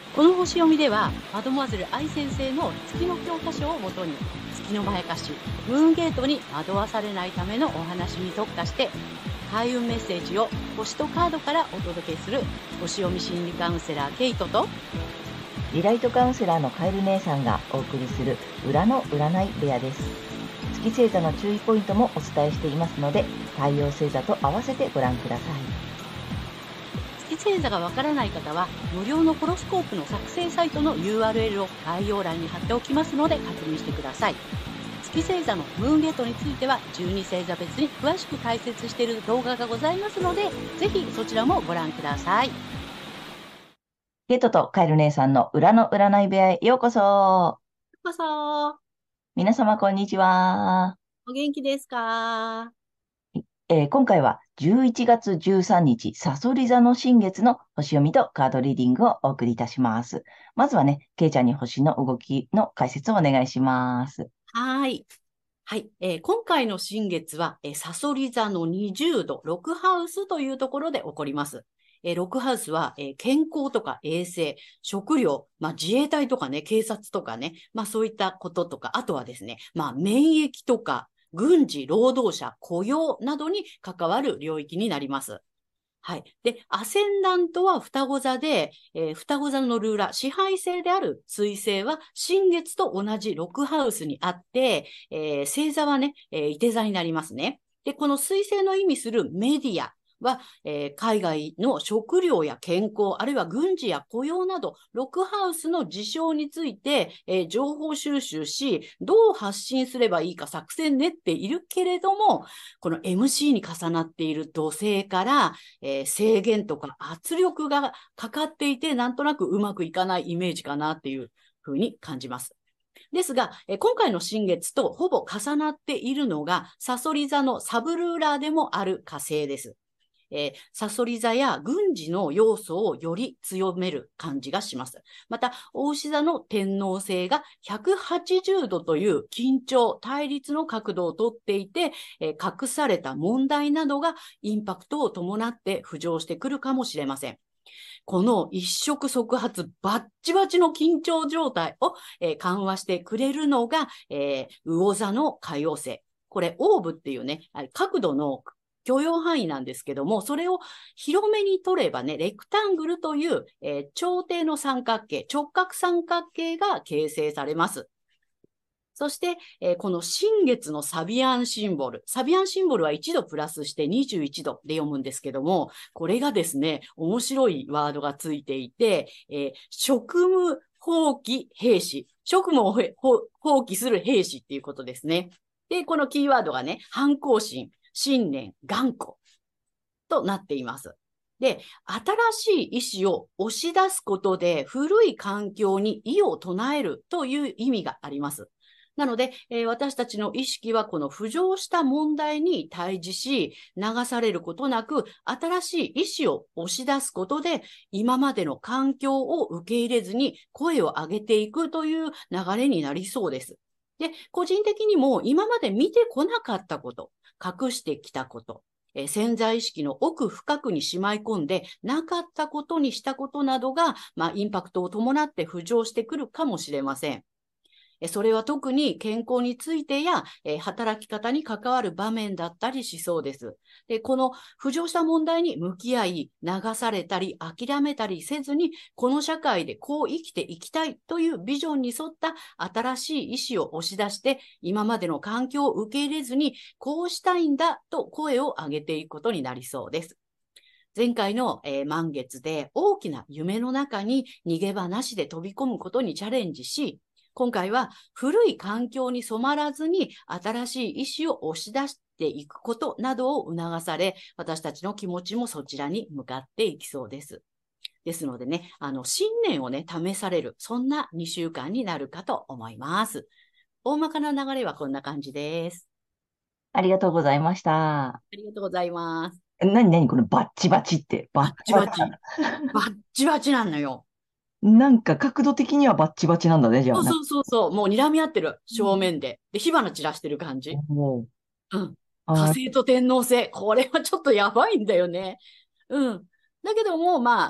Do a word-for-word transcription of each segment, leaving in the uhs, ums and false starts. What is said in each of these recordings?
この星読みでは、マドモアゼル愛先生の月の教科書をもとに、月のまやかし、ムーンゲートに惑わされないためのお話に特化して、開運メッセージを星とカードからお届けする星読み心理カウンセラーケイトと、 リライトカウンセラーのカエル姉さんがお送りする裏の占い部屋です。月星座の注意ポイントもお伝えしていますので、太陽星座と合わせてご覧ください。 月星座がわからない方は、無料のホロスコープの作成サイトの ユーアールエル を概要欄に貼っておきますので確認してください。月星座のムーンゲートについてはじゅうに星座別に詳しく解説している動画がございますので、ぜひそちらもご覧ください。 ゲートとカエル姉さんの裏の占い部屋へようこそ。 どうぞ。 皆様こんにちは。 お元気ですか？ えー今回はじゅういちがつじゅうさんにち、さそり座の新月の星読みとカードリーディングをお送りいたします。まずはね、ケイちゃんに星の動きの解説をお願いします。 はい。はい、えー今回の新月は、えー、サソリ座のにじゅうど、ろくハウスというところで起こります。えー、ろくハウスは、えー健康とか衛生、食料、まあ、自衛隊とかね、警察とかね、まあそういったこととか、あとはですね、まあ免疫とか、軍事、労働者、雇用などに関わる領域になります。はい。で、アセンダントは双子座で、えー双子座のルーラー、支配星である水星は新月と同じろくハウスにあって、えー星座はね、えー、いて座になりますね。で、この水星の意味するメディアは、えー海外の食料や健康、あるいは軍事や雇用など、ろくハウスの事象について、えー情報収集し、どう発信すればいいか作戦練っているけれども、この エムシー に重なっている土星から、えー制限とか圧力がかかっていて、なんとなくうまくいかないイメージかなっていうふうに感じます。ですが、えー今回の新月とほぼ重なっているのが、サソリ座のサブルーラーでもある火星です。えー、サソリ座や軍事の要素をより強める感じがします。また、牡牛座の天王星がひゃくはちじゅうどという緊張、対立の角度をとっていて、えー隠された問題などがインパクトを伴って浮上してくるかもしれません。この一触即発、バッチバチの緊張状態を、えー緩和してくれるのが、えー、魚座の海王星。これ、オーブっていうね、角度の許容範囲なんですけども、それを広めに取ればね、レクタングルという、えー長底の三角形、直角三角形が形成されます。そして、えーこの新月のサビアンシンボル。サビアンシンボルはいちどプラスしてにじゅういちどで読むんですけども、これがですね、面白いワードがついていて、えー職務放棄兵士。職務を放棄する兵士っていうことですね。で、このキーワードがね、反抗心、信念、頑固となっています。で、新しい意志を押し出すことで古い環境に異を唱えるという意味があります。なので、えー私たちの意識はこの浮上した問題に対峙し、流されることなく、新しい意志を押し出すことで、今までの環境を受け入れずに声を上げていくという流れになりそうです。で、個人的にも今まで見てこなかったこと、隠してきたこと、えー潜在意識の奥深くにしまい込んでなかったことにしたことなどが、まあ、インパクトを伴って浮上してくるかもしれません。それは特に健康についてや、えー働き方に関わる場面だったりしそうです。で、この浮上した問題に向き合い、流されたり諦めたりせずに、この社会でこう生きていきたいというビジョンに沿った新しい意思を押し出して、今までの環境を受け入れずに、こうしたいんだと声を上げていくことになりそうです。前回の、えー満月で大きな夢の中に逃げ場なしで飛び込むことにチャレンジし、今回は古い環境に染まらずに新しい意志を押し出していくことなどを促され、私たちの気持ちもそちらに向かっていきそうです。ですのでね、あの、信念をね、試される、そんなにしゅうかんになるかと思います。大まかな流れはこんな感じです。 ありがとうございました。 ありがとうございます。 えなになにこのバッチバチって。バッバッチバチチバチ。バッチバチなのよ。 なんか角度的にはバッチバチなんだね、じゃあな。 そうそうそうそう。もう睨み合ってる。正うん面で。で、火花散らしてる感じ。 おーうん。火あ星と天王星。これはちょっとやばいんだよね。うん。だけども、まあね。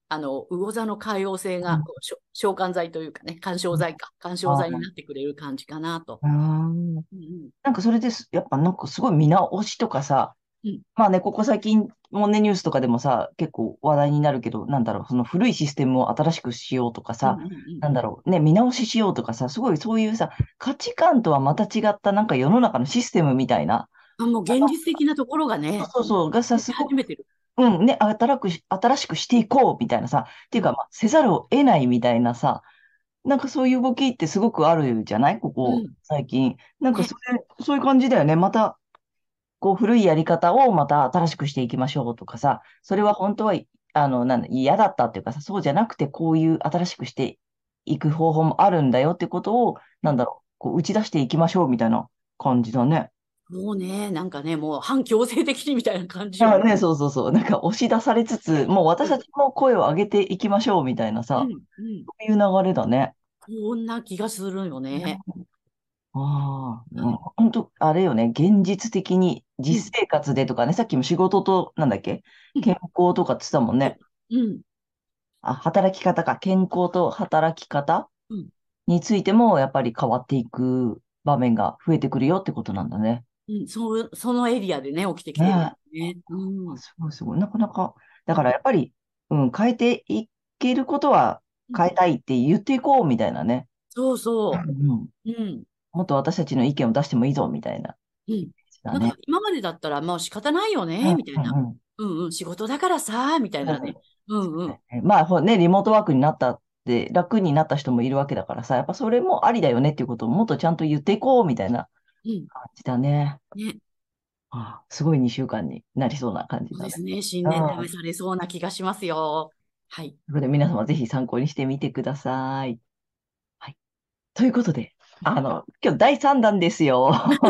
あの、魚座の海王星が、こうしょ召喚剤というかね、干渉剤か、干渉剤になってくれる感じかなと。 うん。 うんうんなんかそれです。やっぱなんかすごい見直しとかさ、 うんまあね、ここ最近もね、ニュースとかでもさ、結構話題になるけど、なんだろう、その古いシステムを新しくしようとかさ、 うんうんうんなんだろう、ね、見直ししようとかさ、すごいそういうさ、価値観とはまた違ったなんか世の中のシステムみたいな、 あ、もう現実的なところがね、 そうそう、がさ、 出すごい、 始めてる。 うん、ね、新くし、新しくしていこうみたいなさ、っていうか、 うんまあ、せざるを得ないみたいなさ、なんかそういう動きってすごくあるじゃないここ、 うん。 最近。なんかね。 それ、そういう感じだよね。また、こう、古いやり方をまた新しくしていきましょうとかさ、それは本当は、あの、なんだ、嫌だったっていうかさ、そうじゃなくて、こういう新しくしていく方法もあるんだよってことを、なんだろう、こう、打ち出していきましょうみたいな感じだね。 もうね、なんかね、もう反強制的にみたいな感じよね。 あね、そうそうそう。なんか押し出されつつ、もう私たちも声を上げていきましょうみたいなさ、 うん、うん。 そういう流れだね。 こんな気がするよね。 ああ、うん、 はい。 本当、あれよね、現実的にうん、 実生活でとかね、さっきも仕事と、なんだっけ、 うん。 健康とかって言ってたもんね。 そう。うん、 あ、働き方か、健康と働き方うん、 についても、やっぱり変わっていく場面が増えてくるよってことなんだね。 うん。そう、そのエリアでね、起きてきてるねね。うえ、 ん。 すごいすごい。なかなか、だうん、 からやっぱり、うん、変えていけることはうん。 変えたいって言っていこうみたいなね。 そうそうんうん、 う。うん、 もっと私たちの意見を出してもいいぞみたいな。 うん。なんかだね。 今までだったらもう仕方ないよね、 うんみたいな。 うんうん。 うんうん、仕事だからさ、みたいなね。うんうん。 まあ、ほね、リモートワークになったって、楽になった人もいるわけだからさ、やっぱそれもありだよねっていうことをもっとちゃんと言っていこうみたいなうん。 感じだね。 ね。 ああ、すごいにしゅうかんになりそうな感じだね。 そうですね。新うん。 年とい試されそうな気がしますよ。はい。 うことで皆様ぜひ参考にしてみてください。はい。ということで、あの、今日だいさん弾ですよ。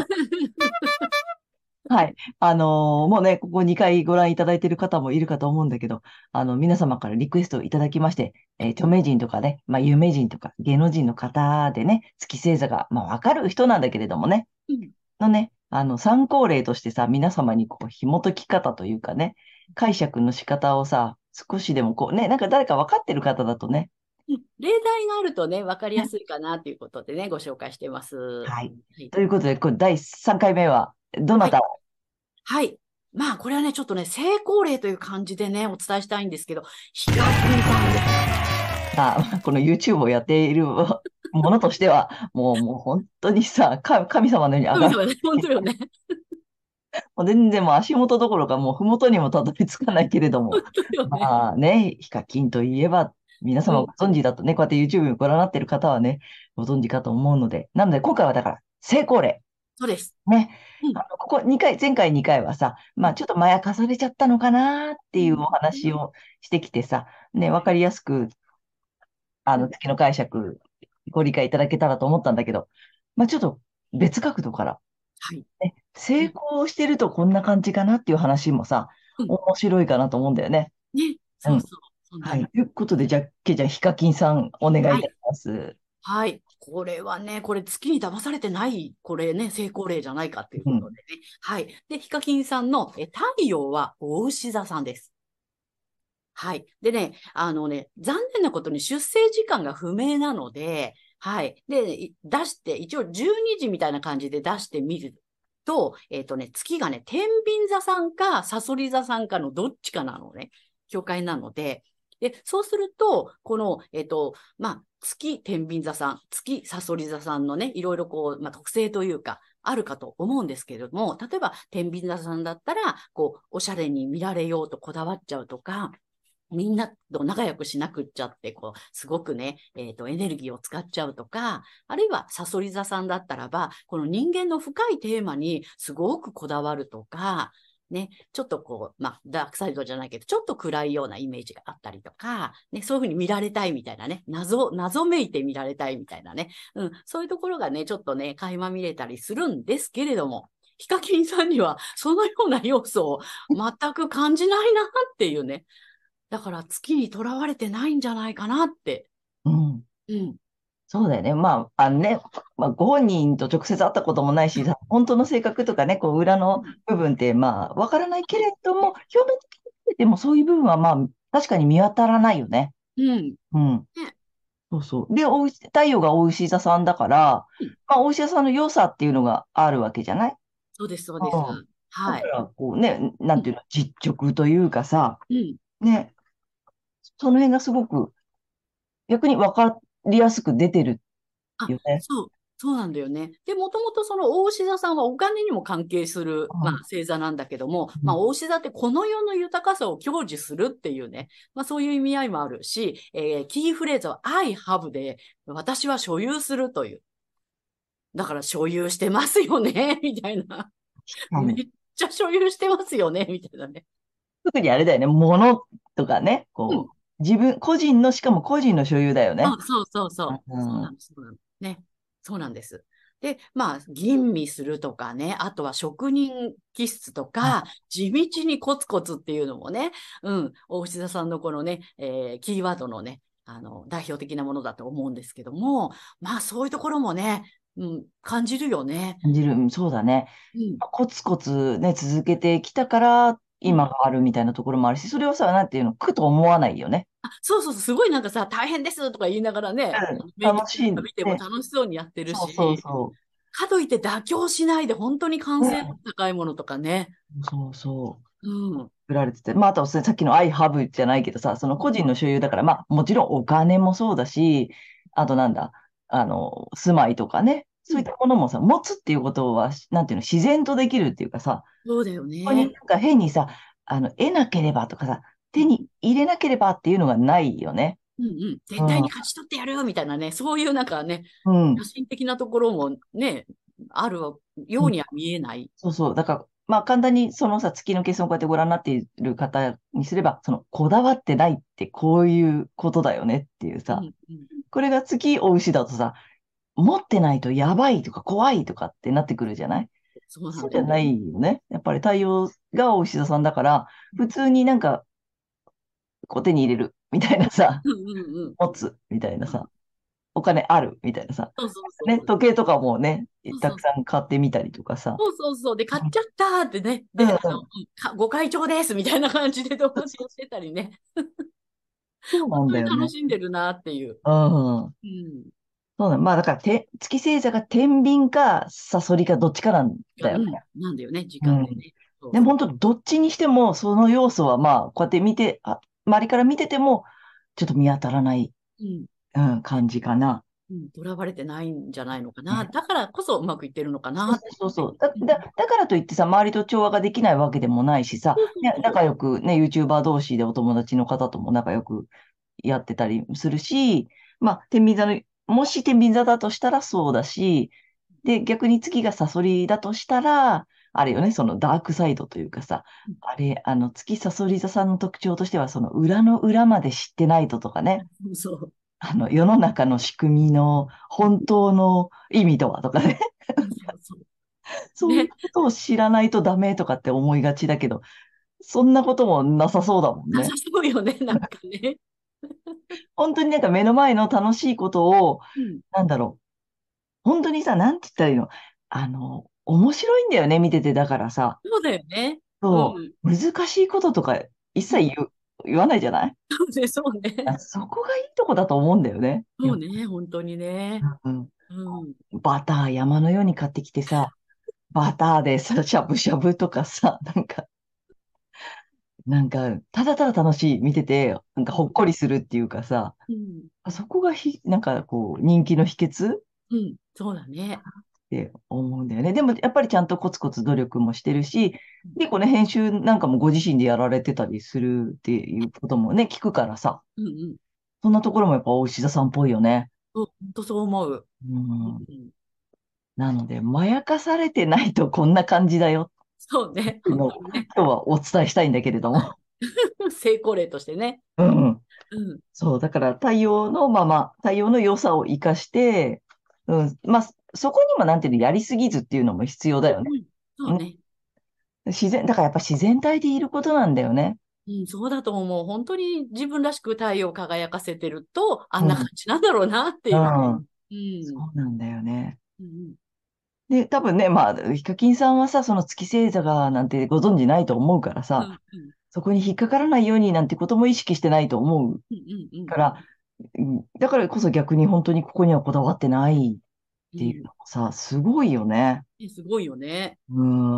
はい。あのーもうね、ここにかいご覧いただいている方もいるかと思うんだけど、あの、皆様からリクエストをいただきまして、えー著名人とかね、まあ、有名人とか芸能人の方でね、月星座が、まあ、わかる人なんだけれどもね、 うん。 のね、あの、参考例としてさ、皆様にこう、紐解き方というかね、解釈の仕方をさ、少しでもこうね、なんか誰か分かってる方だとね、 うん例題があるとね、わかりやすいかなということでね、ご紹介してます。ははい。 い。 ということで、これだいさんかいめは、どなはい。 たを？ はい。まあ、これはね、ちょっとね、成功例という感じでね、お伝えしたいんですけど、ヒカキンさんです。 あ、この YouTube をやっているものとしては、もう、もう本当にさ、か神様のように上がる。 神様ね、本当よね。 もう全然もう足元どころか、もう麓にもたどり着かないけれども、 本当よね。 まあね、ヒカキンといえば、皆様ごうん。 存知だとね、こうやって YouTube をご覧になっている方はね、ご存知かと思うので、なので今回はだから、成功例。 そうです。 ね。 うん。 あの、ここにかい、前回にかいはさ、まあちょっとまやかされちゃったのかなっていうおうん。 話をしてきてさ、ね、わかりやすく、あの、 うん。 月の解釈、ご理解いただけたらと思ったんだけど、まあちょっと別角度から、 はい。 ね、成うん。 功してるとこんな感じかなっていう話もさ、 うん。 面白いかなと思うんだよね。 ね。 うん。 そうそう。そんなはい。 の。 ということで、じゃあ、けじゃあ、ヒカキンさん、お願いはい。 いたします。 はい。これはね、これ月に騙されてない、これね、成功例じゃないかといううん。 ことでね。はい。で、ヒカキンさんのえ太陽はお牛座さんです。はい。でね、あのね、残念なことに出生時間が不明なので、はい。で、い出して、一応じゅうにじみたいな感じで出してみると、えっとね、月がね、天秤座さんか、さそり座さんかのどっちかなのね、境界なので、で、そうすると、この、えっと、まあ、月天秤座さん、月さそり座さんのね、いろいろこう、まあ、特性というか、あるかと思うんですけれども、例えば、天秤座さんだったら、こう、おしゃれに見られようとこだわっちゃうとか、みんなと仲良くしなくっちゃって、こう、すごくね、えっと、エネルギーを使っちゃうとか、あるいは、サソリ座さんだったらば、この人間の深いテーマにすごくこだわるとか、ね、ちょっとこう、まあ、ダークサイドじゃないけど、ちょっと暗いようなイメージがあったりとか、ね、そういうふうに見られたいみたいなね、謎、謎めいて見られたいみたいなね、うん、そういうところがね、ちょっとね、垣間見れたりするんですけれども、ヒカキンさんにはそのような要素を全く感じないなっていうね、だから月にとらわれてないんじゃないかなって。 うん。 うん。 そうだよね。まあ、あのね、まあ、ご本人と直接会ったこともないし、さ本当の性格とかね、こう、裏のうん。 部分って、まあ、わからないけはい。 れども、表面的に見ててもそういう部分は、まあ、 確かに見当たらないよね。 うん。 うん。 ね。 そうそう。で、おうし太陽がお牛座さんだから、 うん。 まあ、お牛座さんの良さっていうのがあるわけじゃない。 そうです、そうです。 うん。だはい。 から、こうね、なうん。 んていうの、実直というかさ、 うん。 ね、その辺がすごく逆に分かりやすく出てるあ、 よね。 そう、そうなんだよね。で、もともとその大志座さんはお金にも関係する、まあ、 うん星座なんだけども、まあ、 うん大志座ってこの世の豊かさを享受するっていうね、まあ、そういう意味合いもあるし、えーキーフレーズは I have で、私は所有するという。だから所有してますよね、みたいな。めっうん。 ちゃ所有してますよね、みたいなね。 特にあれだよね、物とかね、 うん。 こう、自分、個人の、しかも個人の所有だよね。 そうそうそうそう。 うん。 そうなんです。そうなんです。ね。そうなんです。で、まあ、吟味するとかね、あとは職人気質とか、地道にコツコツっていうのもね、うん、大内田さんのこのね、えーキーワードのね、あの、代表的なものだと思うんですけども、まあ、そういうところもね、うん、感じるよね。 感じる。うん、そうだね。 うん、 コツコツね、続けてきたから、 うん。 今があるみたいなところもあるし、それをさ、なんていうの、苦と思わないよね。 あ、そうそうそう、すごいなんかさ、大変ですとか言いながらね、 うん。 メニュ楽しいー見てもね。 楽しそうにやってるそうそうし、 そかといって妥協しないで本当に完う。 成度ね。 高いものとかね。 そうそう。 うん。 作られてて。まあ、あとはさっきの I have じゃないけどさ、その個人の所有だから、まあ、もちろんお金もそうだし、あとなんだ、あの、住まいとかね、 うん。 そういったものもさ、持つっていうことは、なんていうの、自然とできるっていうかさ、 そうだよここになね。 んか変にさ、あの、得なければとかさ、 うん。 手に入れなければっていうのがないよね。 うんうん。絶対うん。 に勝ち取ってやるみたいなね、そういうなんかね、 うん。 野心的なところもね、あるようん。 うには見えない。 そうそう。だから、まあ簡単にそのさ、月の計算をこうやってご覧になっている方にすれば、その、こだわってないってこういうことだよねっていうさ、 うんうん。 これが月お牛だとさ、持ってないとやばいとか怖いとかってなってくるじゃない。 そうなんだよね。 そうじゃないよね。やっぱり太陽がお牛座さんだから、普通になんか、こう手に入れるみたいなさ、 うんうんうん。 持つみたいなうん。 さ、お金あるみたいなさ、 そうそうそうね、 そう。 時計とかもね、 そうそうそう。 たくさん買ってみたりとかさ。 そうそうそう。で、買っちゃったーってね。で、あの、 うんうん。 うんかご会長ですみたいな感じで同時にしてたりね。 そうなん本当にだよね。 楽しんでるなっていう。 うん。 うん。 そうなの。まあだから、て、月星座が天秤かサソリかどっちかなんだよね。 がうん。なんだよね、時うん。 間でね。そうそう。 でも本当、どっちにしても、その要素はまあ、こうやって見て、あ、周りから見てても、ちょっと見当たらない、 うん。 うん、感じかな。 うん、囚われてないんじゃないのかな。 ね。 だからこそうまくいってるのかそうなっていうね。 そうそう。だ、 うん、 だ、だからといってさ、周りと調和ができないわけでもないしさ、 そうそうね、 そう。 仲良くね、YouTuber 同士でお友達の方とも仲良くやってたりするし、まあ、天秤座の、もし天秤座だとしたらそうだし、で、逆に月がサソリだとしたら、あれよね、そのダークサイドというかさ、 うん、 あれ、あの、月サソリ座さんの特徴としては、その裏の裏まで知ってないととかね、 そうそう。 あの、世の中の仕組みの本当の意味とはとかね、 そうそうそう。 そういうね。 ことを知らないとダメとかって思いがちだけど、そんなこともなさそうだもんなさね。 そうよね、なんかね。 本当になんか目の前の楽しいことを、 うん。 なんだろう、本当にさ、なんて言ったらいいの、あの、面白いんだよね、見てて。だからさ、 そうだよね。うそん。 う、難しいこととか一うん。 切言う、言わないじゃない。 そうね、そうね。 あ、そこがいいとこだと思うんだよね。いや、 そうね、本当にね。 うん、 うん。 バター山のように買ってきてさ、バターでさ、しゃぶしゃぶとかさ、なんか、なんか、ただただ楽しい、見てて、なんかほっこりするっていうかさ、 うん。 あそこがひ、なんかこう、人気の秘訣っうん。そうだね。 て思うんだよね。でも、やっぱりちゃんとコツコツ努力もしてるし、結構ね、編集なんかもご自身でやられてたりするっていうこともね、聞くからさ、 うんうん。 そんなところもやっぱ大石田さんっぽいよね。 そう、本当そう思う。 ううん。 ん。 なので、まやかされてないとこんな感じだよそうね、 っていうのを本当にね。 今日はお伝えしたいんだけれども。 成功例としてね。 うん。 うん。 そう、だから太陽のまま、太陽の良さを生かして、うん。まあ、そこにもなんていうの、やりすぎずっていうのも必要だよね。 うん。そううん。 ね。 自然、だからやっぱ自然体でいることなんだよね。 うん、そうだと思う。本当に自分らしく太陽を輝かせてると、あんな感うん。 じなんだろうなってういうね。 ん。 うん。 そうなんだよね。 うん。 で、多分ね、まあ、ヒカキンさんはさ、その月星座がなんてご存知ないと思うからさ、 うん。うん。 そこに引っかからないようになんてことも意識してないと思ううんうんうんから、うんだからこそ逆に本当にここにはこだわってないっていううん。 のもさ、すごいよね。 えすごいよね。 うん。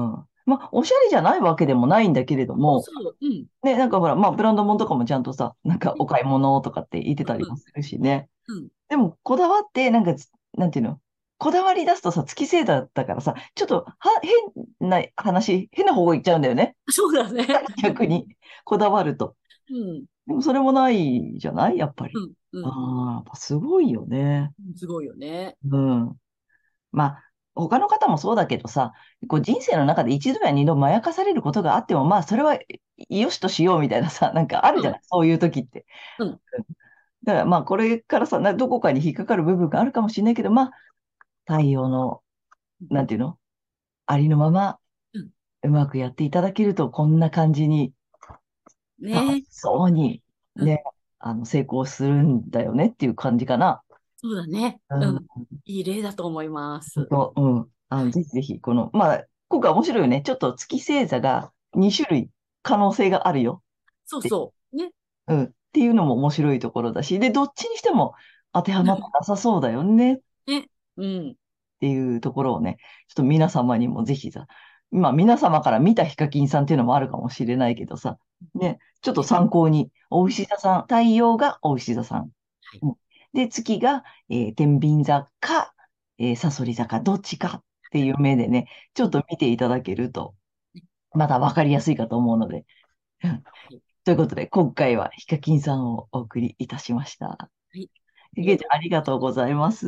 まあ、おしゃれじゃないわけでもないんだけれども、 そうそう。うん。 ね、なんかほら、まあ、ブランド物とかもちゃんとさ、なんかうん。 お買い物とかって言ってたりうん。 もするしね。 うん。 でも、こだわって、なんかつ、なんていうの、こだわり出すとさ、月星座だったからさ、ちょっとは変な話、変な方向行っちゃうんだよね。 そうだね。 逆に、こだわると。 うん。 でも、それもないじゃないやっぱり。 うん。うん。 ああ、やっぱすごいよね。 すごいよね。 うん。まあ、他の方もそうだけどさ、こう人生の中で一度や二度まやかされることがあっても、まあ、それはよしとしようみたいなさ、なんかあるうん。 じゃない、そういう時って。 うん。 だからまあ、これからさ、などこかに引っかかる部分があるかもしれないけど、まあ、太陽の、なんていうの、ありのまま、 うん。 うまくやっていただけると、こんな感じに、楽しね。 そうに、 うん。 ね、あの、成功するんだよねっていう感じかな。 そうだね。 うん、 うん。いい例だと思います。 本当、うん。あの、ぜひぜひ、この、まあ、今回面白いよね。ちょっと月星座がに種類可能性があるよって、 そうそう。ね。 うん、っていうのも面白いところだし、で、どっちにしても当てはまってなさそうだよねっね。うん。 ていうところをね、ちょっと皆様にもぜひさ、まあ皆様から見たヒカキンさんっていうのもあるかもしれないけどさ、ね、ちょっとね。 参考に、お牛座さん、太陽がお牛座さん。 はい。 うんで、月が、えー天秤座か、えー、さそり座か、どっちかっていう目でね、ちょうん。 っと見ていただけると、 ね。 まだわかりやすいかと思うので。うんはい。 ということで、今回はヒカキンさんをお送りいたしました。 はい。ありげいちゃん、 がとう。 ありがとうございます。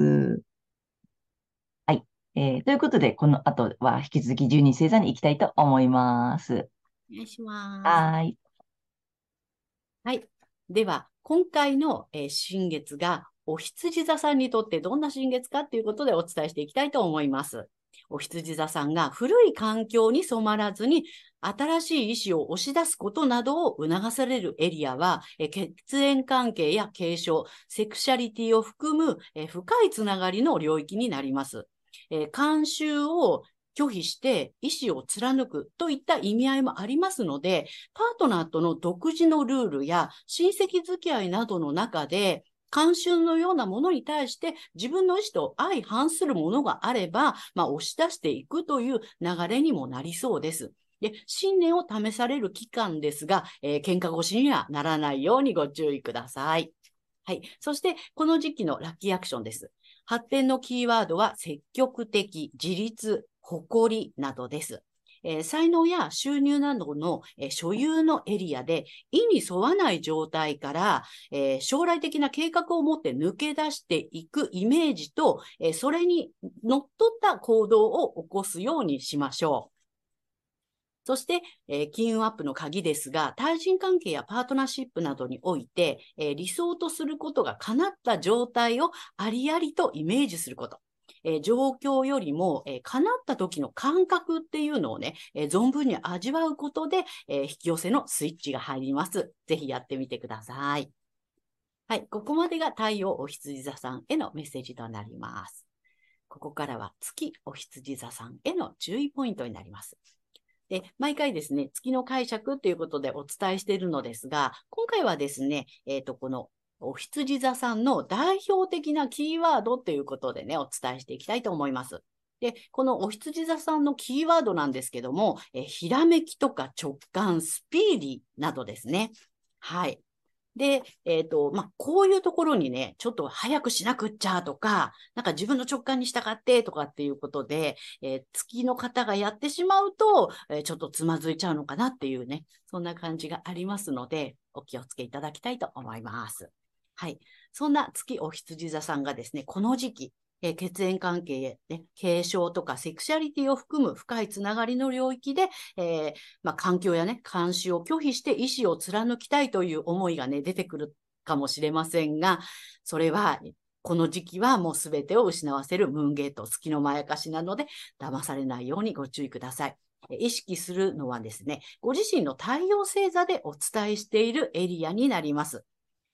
はい。えーということで、この後は引き続きじゅうに星座に行きたいと思います。 お願いします。 はーい。 はい。では、今回の、えー新月が、お羊座さんにとってどんな新月かということでお伝えしていきたいと思います。お羊座さんが古い環境に染まらずに、新しい意志を押し出すことなどを促されるエリアは、えー血縁関係や継承、セクシャリティを含む、えー深いつながりの領域になります。えー慣習を拒否して意思を貫くといった意味合いもありますので、パートナーとの独自のルールや親戚付き合いなどの中で、慣習のようなものに対して自分の意思と相反するものがあれば、まあ、押し出していくという流れにもなりそうです。で、信念を試される期間ですが、えー、喧嘩腰にはならないようにご注意ください。はい。そして、この時期のラッキーアクションです。発展のキーワードは積極的、自立、誇りなどです。えー才能や収入などの、えー所有のエリアで意に沿わない状態から、えー将来的な計画を持って抜け出していくイメージと、えーそれにのっとった行動を起こすようにしましょう。そして、えー金運アップの鍵ですが、対人関係やパートナーシップなどにおいて、えー理想とすることが叶った状態をありありとイメージすること。えー状況よりも、えー叶った時の感覚っていうのをね、えー存分に味わうことで、えー引き寄せのスイッチが入ります。ぜひやってみてください。はい、ここまでが太陽お羊座さんへのメッセージとなります。ここからは月お羊座さんへの注意ポイントになります。で、毎回ですね、月の解釈ということでお伝えしているのですが、今回はですね、えっと、このお羊座さんの代表的なキーワードということでね、お伝えしていきたいと思います。で、このお羊座さんのキーワードなんですけども、えひらめきとか直感、スピーディーなどですね。はい。で、えっと、まあ、こういうところにね、ちょっと早くしなくっちゃとか、なんか自分の直感に従ってとかっていうことで、えー月の方がやってしまうと、えーちょっとつまずいちゃうのかなっていうね、そんな感じがありますので、お気をつけいただきたいと思います。はい。そんな月お羊座さんがですね、この時期、えー血縁関係、ね、継承とかセクシャリティを含む深いつながりの領域で、えーまあ、環境やね、監視を拒否して意思を貫きたいという思いがね、出てくるかもしれませんが、それは、この時期はもうすべてを失わせるムーンゲート、月のまやかしなので、騙されないようにご注意ください。意識するのはですね、ご自身の太陽星座でお伝えしているエリアになります。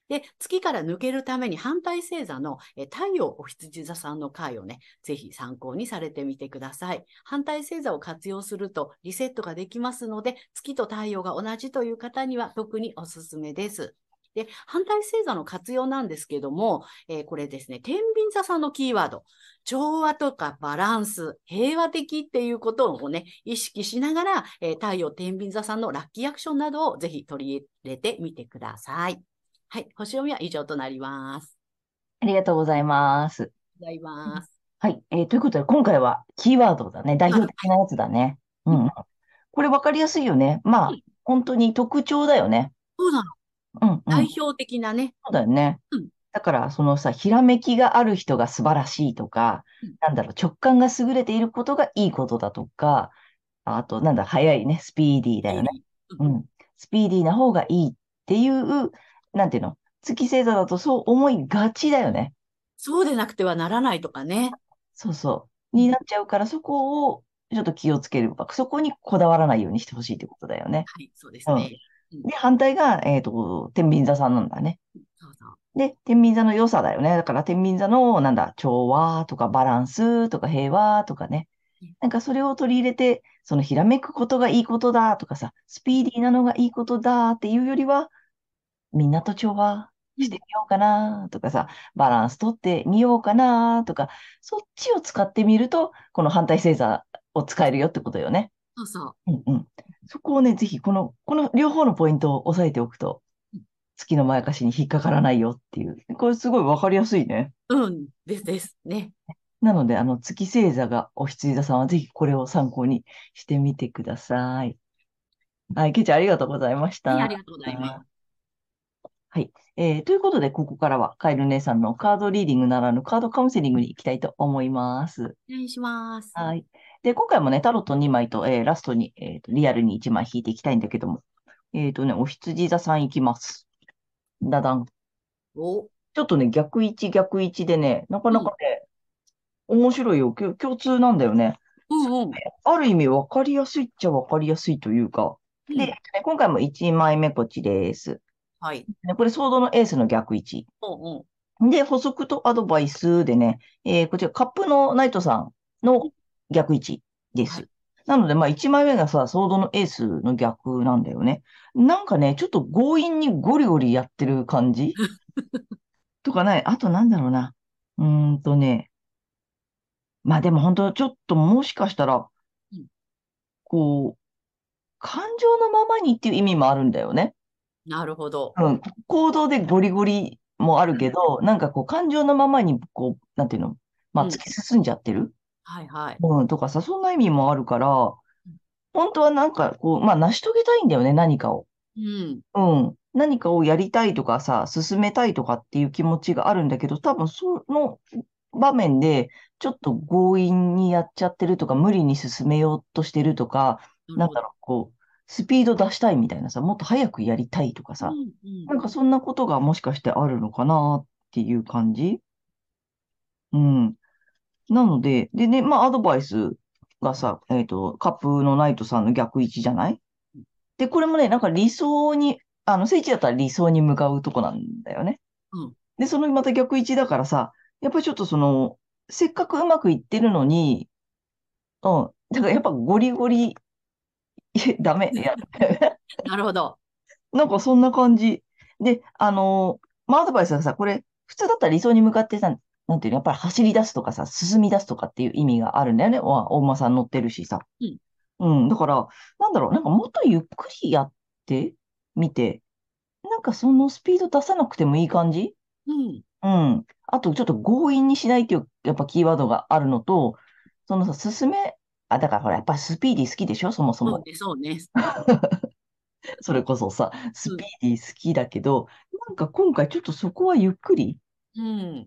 で、月から抜けるために反対星座のえ太陽お羊座さんの回をね、ぜひ参考にされてみてください。反対星座を活用するとリセットができますので、月と太陽が同じという方には特におすすめです。で、反対星座の活用なんですけども、えーこれですね、天秤座さんのキーワード、調和とかバランス、平和的っていうことをね、意識しながら、えー太陽天秤座さんのラッキーアクションなどをぜひ取り入れてみてください。はい、星読みは以上となります。 ありがとうございます。 ございます。 はい。えーということで、今回はキーワードだね。代キーワード。 表的なやつだね。ううん、 んうん。これ分かりやすいよね。まあ、 うん、 本当に特徴だよね。 そうなの。 うんうん。 代表的なね。 そうだよね。 うん、 だから、そのさ、ひらめきがある人が素晴らしいとか、 うん、 なんだろう、直感が優れていることがいいことだとか、あと、なんだ、早いね、スピーディーだよね。 デイリー。うん、 うん。スピーディーな方がいいっていう、なんていうの、月星座だとそう思いがちだよね。 そうでなくてはならないとかね。 そうそう。 うん、 になっちゃうから、そこをちょっと気をつける。そこにこだわらないようにしてほしいってことだよね。 はい、そうでうん。 すね。うん、 で、反対が、えっと、天秤座さんなんだね。 そうそう。 で、天秤座の良さだよね。だから天秤座の、なんだ、調和とかバランスとか平和とかね。 ね、 なんかそれを取り入れて、そのひらめくことがいいことだとかさ、スピーディーなのがいいことだっていうよりは、みんなと調和うん、 してみようかなとかさ、バランス取ってみようかなとか、そっちを使ってみると、この反対星座を使えるよってことよね。 そうそうんうん。そこをね、ぜひこの、この両方のポイントを押さえておくと、 う。 月のまやかしに引っかからないよっていう。これすごいわかりやすいね。 うん、ですですね。 なので、あの、月星座がお羊座さんはぜひこれを参考にしてみてください。はい、けいちゃんありがとうございましはい、あた。 りがとうございます。 はい。えーということで、ここからはカエル姉さんのカードリーディングならぬカードカウンセリングに行きたいと思います。 お願いします。 はい。で、今回もね、タロットにまいと、えーラストに、えーと、リアルにいちまい引いていきたいんだけども、えっとね、お羊座さんいきます。だだん。 お、 ちょっとね、逆位置逆位置でね、なかうん、 なかね、面白いよ。きょ共通なんだよね。 うんうん、 ある意味分かりやすいっちゃ分かりやすいというか。で、 うん。 今回もいちまいめこっちです。 はい。 ねこれ、ソードのエースの逆位置。 おうで、補足とアドバイスでね、えーこちら、カップのナイトさんおう。 の逆位置ではい。 す。なので、まあ、いちまいめがさ、ソードのエースの逆なんだよね。なんかね、ちょっと強引にゴリゴリやってる感じとかない。あと、なんだろうな。うーんとね、まあでも本当、ちょっともしかしたら、 うん、 こう、感情のままにっていう意味もあるんだよね。 なるほど。 うん。行動でゴリゴリもあるうん、 けど、なんかこう、感情のままに、こう、なんていうの、まあ、 うん。 突き進んじゃってる。 はいはい。 うん、とかさ、そんな意味もあるから、 うん、 本当はなんかこう、まあ、成し遂げたいんだよね、何かを。 うん、 うん。何かをやりたいとかさ、進めたいとかっていう気持ちがあるんだけど、多分その場面で、ちょっと強引にやっちゃってるとか、無理に進めようとしてるとか、 なるほど。 なんだろう、こう、スピード出したいみたいなさ、もっと早くやりたいとかさ、 うん、うん。 なんかそんなことがもしかしてあるのかなっていう感じ。うん。なので、でね、まあ、アドバイスがさ、えっと、カップのナイトさんの逆位置じゃないで、これもね、なんか理想に、あの、聖地だったら理想に向かうとこなんだよね。 うん。 で、そのまた逆位置だからさ、やっぱりちょっとその、せっかくうまくいってるのに、うん、だからやっぱゴリゴリ、ダメ。いや、 なるほど。 なんかそんな感じ。で、あのまあ、アドバイスはさ、これ、普通だったら理想に向かってさ、なんていうの、やっぱり走り出すとかさ、進み出すとかっていう意味があるんだよね。お大馬さん乗ってるしさ。 うん、 うん、だから、なんだろう、なんかもっとゆっくりやってみて、なんかそのスピード出さなくてもいい感じ。 うん。 うん。あと、ちょっと強引にしないっていう、やっぱキーワードがあるのと、そのさ、進め、あ、だからほら、やっぱスピーディー好きでしょ、そもそも。 そうね、そうね。 それこそさ、スピうん、 ーディー好きだけど、なんか今回ちょっとそこはゆっくり、 うん。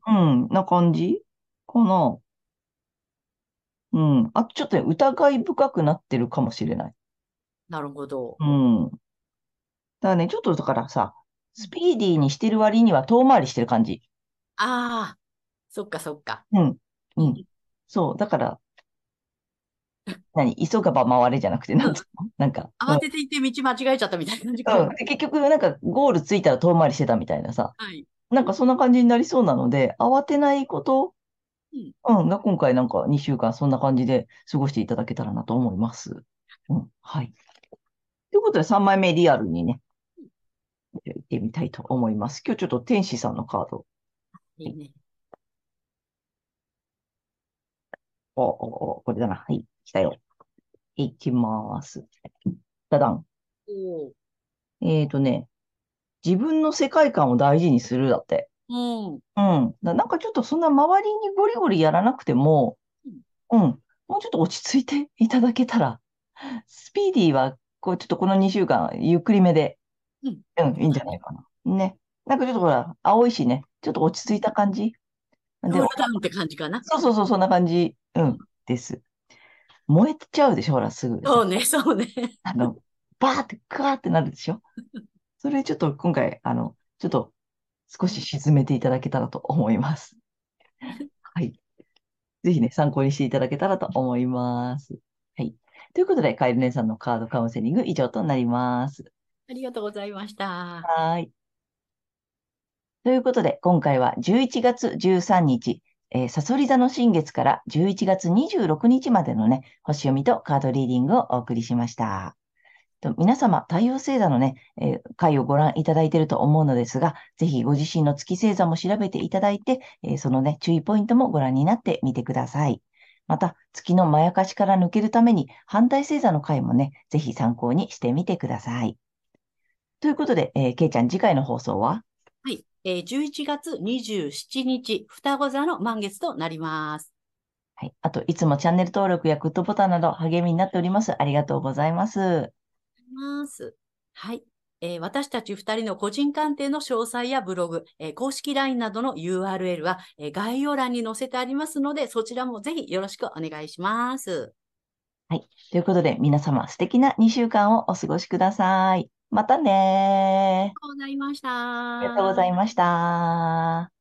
うん、な感じかな。うん。あとちょっとね、疑い深くなってるかもしれない。 なるほど。 うん。だからね、ちょっとだからさ、スピーディーにしてる割には遠回りしてる感じ。 ああ、そっかそっか。 うん。うん。 うん、 そう。だから、 何急がば回れじゃなくて、なうん。 んつうのなんか、うん。 慌てていて道間違えちゃったみたいな感じかな。 うん。で結局、なんか、ゴール着いたら遠回りしてたみたいなさ、 はい。 なんかそんな感じになりそうなので、慌てないこと、 うん。 うん、が今回なんかにしゅうかんそんな感じで過ごしていただけたらなと思います。うん。はい。ということでさんまいめリアルにね、行ってみたいと思います。今日ちょっと天使さんのカード。はい。 いいね。 お、お、お、これだな。はい。来たよ。いきます。ダダン。 おー。 えーとね、自分の世界観を大事にするだって。 うん。 うん。だなんかちょっとそんな周りにゴリゴリやらなくても、 うん。 うん。もうちょっと落ち着いていただけたら、スピーディーは、こう、ちょっとこのにしゅうかん、ゆっくりめで、 うん。 うん、いいんじゃないかな。ね。なんかちょっとほら、青いしね、ちょっと落ち着いた感じ。で、 クーおルダウンって感じかな。 そうそうそう、そんな感じ、うん、 うん。 です。燃えちゃうでしょ、ほら、すぐさ。 そうね、そうね。 あの、バーって、クワーってなるでしょ。それちょっと今回、あの、ちょっと少し沈めていただけたらと思います。はい。ぜひね、参考にしていただけたらと思います。はい。ということで、カエル姉さんのカードカウンセリング以上となります。 ありがとうございました。 はーい。ということで、今回はじゅういちがつじゅうさんにち、えー、さそり座の新月からじゅういちがつにじゅうろくにちまでのね、星読みとカードリーディングをお送りしました。と皆様、太陽星座のね、えー回をご覧いただいていると思うのですが、ぜひご自身の月星座も調べていただいて、えーそのね、注意ポイントもご覧になってみてください。また、月のまやかしから抜けるために、反対星座の回もね、ぜひ参考にしてみてください。ということで、えー、けいちゃん、次回の放送は？ はい。えー、じゅういちがつにじゅうしちにち、双子座の満月となります。 はい。あと、いつもチャンネル登録やグッドボタンなど励みになっております。ありがとうございます。 ます。はい。えー私たちふたりの個人鑑定の詳細やブログ、えー公式 ライン などの ユーアールエル は、えー概要欄に載せてありますので、そちらもぜひよろしくお願いします。 はい。ということで、皆様素敵なにしゅうかんをお過ごしください。またねー。 ありがとうございましありがとうござた。 いました。